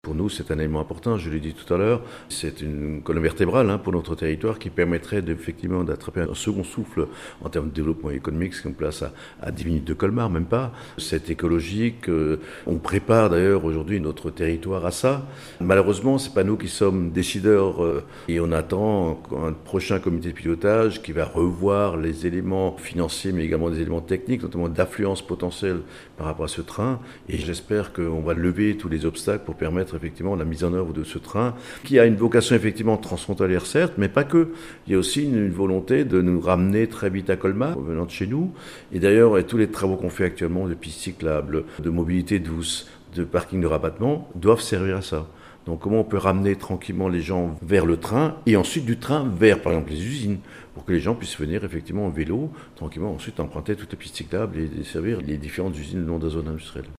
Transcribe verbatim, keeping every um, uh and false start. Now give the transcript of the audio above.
pour nous, c'est un élément important, je l'ai dit tout à l'heure. C'est une colonne vertébrale hein, pour notre territoire qui permettrait effectivement d'attraper un second souffle en termes de développement économique, ce qu'on place à, à dix minutes de Colmar, même pas. C'est écologique. Euh, on prépare d'ailleurs aujourd'hui notre territoire à ça. Malheureusement, c'est pas nous qui sommes décideurs euh, et on attend un prochain comité de pilotage qui va revoir les éléments financiers, mais également des éléments techniques, notamment d'affluence potentielle par rapport à ce train. Et j'espère qu'on va lever tous les obstacles pour permettre effectivement la mise en œuvre de ce train, qui a une vocation effectivement transfrontalière certes, mais pas que. Il y a aussi une, une volonté de nous ramener très vite à Colmar, venant de chez nous. Et d'ailleurs, et tous les travaux qu'on fait actuellement de pistes cyclables, de mobilité douce, de parking de rabattement, doivent servir à ça. Donc comment on peut ramener tranquillement les gens vers le train et ensuite du train vers, par exemple, les usines, pour que les gens puissent venir effectivement en vélo, tranquillement, ensuite emprunter toutes les pistes cyclables et desservir les différentes usines le long de la zone industrielle.